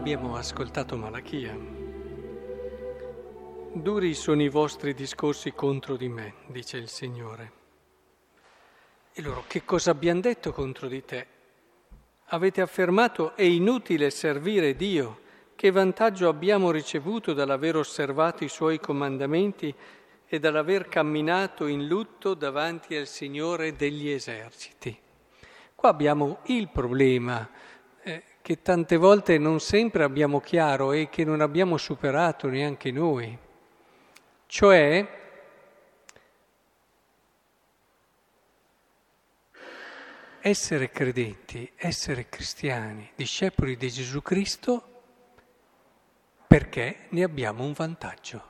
Abbiamo ascoltato Malachia. Duri sono i vostri discorsi contro di me, dice il Signore. E loro, che cosa abbiamo detto contro di te? Avete affermato è inutile servire Dio. Che vantaggio abbiamo ricevuto dall'aver osservato i Suoi comandamenti e dall'aver camminato in lutto davanti al Signore degli eserciti? Qua abbiamo il problema che tante volte non sempre abbiamo chiaro e che non abbiamo superato neanche noi. Cioè, essere credenti, essere cristiani, discepoli di Gesù Cristo, perché ne abbiamo un vantaggio.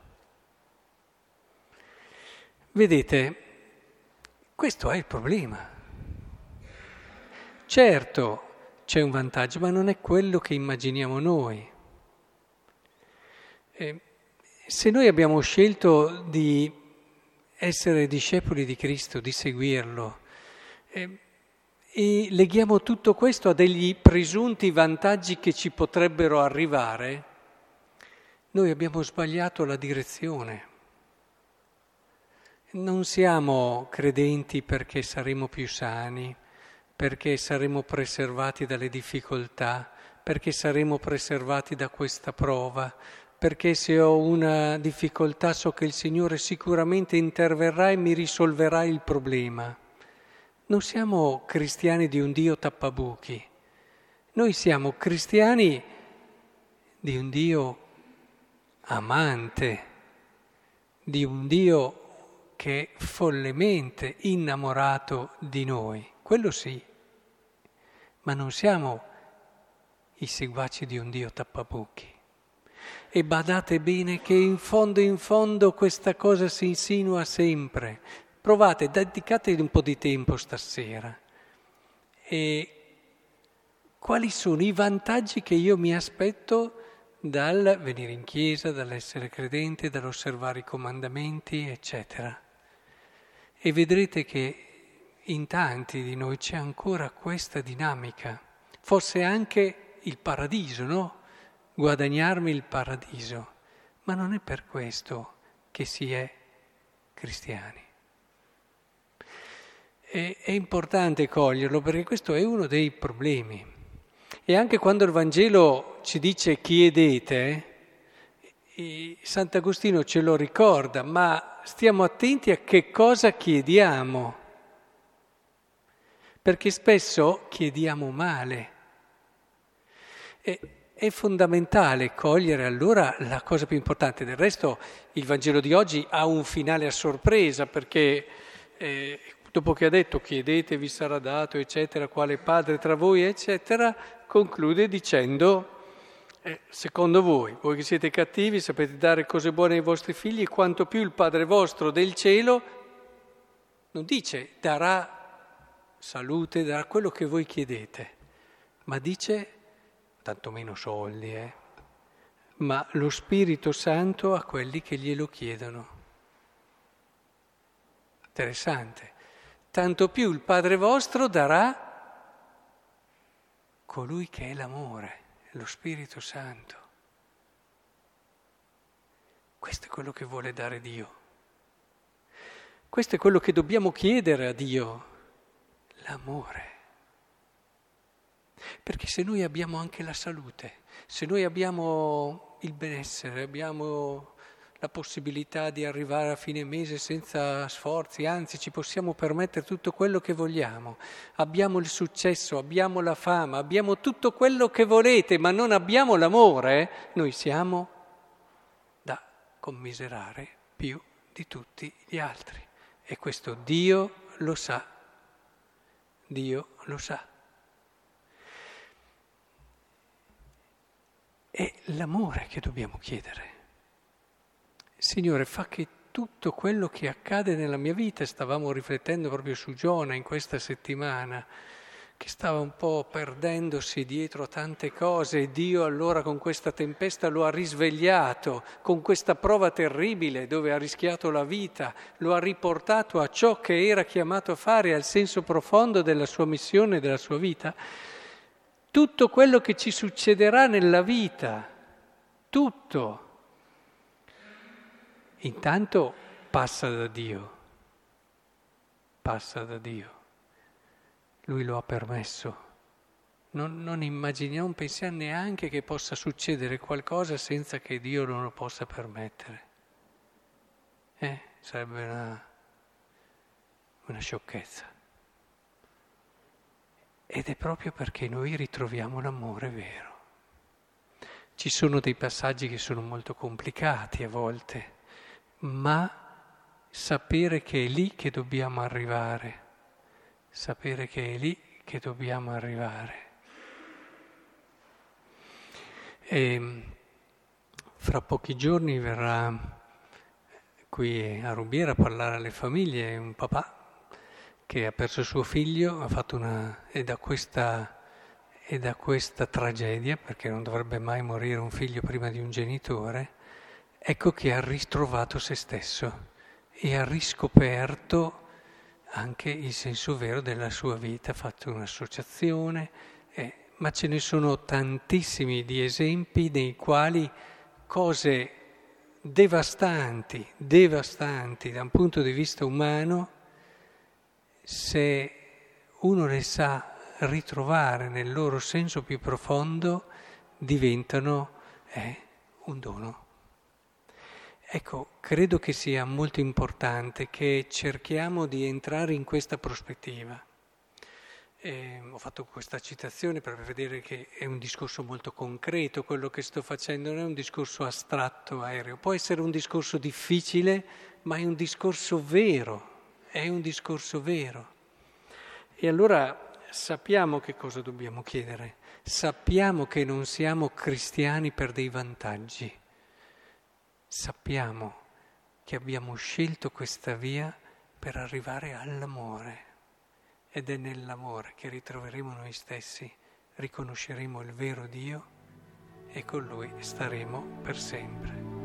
Vedete, questo è il problema. Certo, c'è un vantaggio, ma non è quello che immaginiamo noi. Se noi abbiamo scelto di essere discepoli di Cristo, di seguirlo, e leghiamo tutto questo a degli presunti vantaggi che ci potrebbero arrivare, noi abbiamo sbagliato la direzione. Non siamo credenti perché saremo più sani, perché saremo preservati dalle difficoltà, perché saremo preservati da questa prova, perché se ho una difficoltà so che il Signore sicuramente interverrà e mi risolverà il problema. Non siamo cristiani di un Dio tappabuchi, noi siamo cristiani di un Dio amante, di un Dio che è follemente innamorato di noi, quello sì. Ma non siamo i seguaci di un Dio tappabuchi. E badate bene che in fondo questa cosa si insinua sempre. Provate, dedicatevi un po' di tempo stasera. E quali sono i vantaggi che io mi aspetto dal venire in chiesa, dall'essere credente, dall'osservare i comandamenti, eccetera. E vedrete che in tanti di noi c'è ancora questa dinamica, forse anche il paradiso, no? Guadagnarmi il paradiso, ma non è per questo che si è cristiani. È importante coglierlo perché questo è uno dei problemi. E anche quando il Vangelo ci dice chiedete, Sant'Agostino ce lo ricorda, ma stiamo attenti a che cosa chiediamo. Perché spesso chiediamo male. È fondamentale cogliere allora la cosa più importante. Del resto il Vangelo di oggi ha un finale a sorpresa, perché dopo che ha detto chiedete vi sarà dato, eccetera, quale padre tra voi, eccetera, conclude dicendo secondo voi che siete cattivi sapete dare cose buone ai vostri figli, quanto più il Padre vostro del cielo, non dice darà salute, darà quello che voi chiedete, ma dice, tanto meno soldi, ma lo Spirito Santo a quelli che glielo chiedono. Interessante. Tanto più il Padre vostro darà colui che è l'amore, lo Spirito Santo. Questo è quello che vuole dare Dio. Questo è quello che dobbiamo chiedere a Dio. L'amore. Perché se noi abbiamo anche la salute, se noi abbiamo il benessere, abbiamo la possibilità di arrivare a fine mese senza sforzi, anzi ci possiamo permettere tutto quello che vogliamo, abbiamo il successo, abbiamo la fama, abbiamo tutto quello che volete, ma non abbiamo l'amore, noi siamo da commiserare più di tutti gli altri. E questo Dio lo sa. Dio lo sa. È l'amore che dobbiamo chiedere. Signore, fa che tutto quello che accade nella mia vita, stavamo riflettendo proprio su Giona in questa settimana, che stava un po' perdendosi dietro a tante cose, e Dio allora con questa tempesta lo ha risvegliato, con questa prova terribile dove ha rischiato la vita, lo ha riportato a ciò che era chiamato a fare, al senso profondo della sua missione e della sua vita. tutto quello che ci succederà nella vita, tutto. Intanto passa da Dio. Lui lo ha permesso. Non immaginiamo, non pensiamo neanche che possa succedere qualcosa senza che Dio non lo possa permettere. Sarebbe una sciocchezza. Ed è proprio perché noi ritroviamo l'amore vero. Ci sono dei passaggi che sono molto complicati a volte, ma sapere che è lì che dobbiamo arrivare, E fra pochi giorni verrà qui a Rubiera a parlare alle famiglie un papà che ha perso suo figlio, e da questa tragedia, perché non dovrebbe mai morire un figlio prima di un genitore, ecco che ha ritrovato se stesso e ha riscoperto anche il senso vero della sua vita, ha fatto un'associazione, ma ce ne sono tantissimi di esempi nei quali cose devastanti da un punto di vista umano, se uno le sa ritrovare nel loro senso più profondo, diventano un dono. Ecco, credo che sia molto importante che cerchiamo di entrare in questa prospettiva. Ho fatto questa citazione per vedere che è un discorso molto concreto quello che sto facendo, non è un discorso astratto, aereo. Può essere un discorso difficile, ma è un discorso vero. E allora sappiamo che cosa dobbiamo chiedere. Sappiamo che non siamo cristiani per dei vantaggi. Sappiamo che abbiamo scelto questa via per arrivare all'amore. Ed è nell'amore che ritroveremo noi stessi, riconosceremo il vero Dio e con Lui staremo per sempre.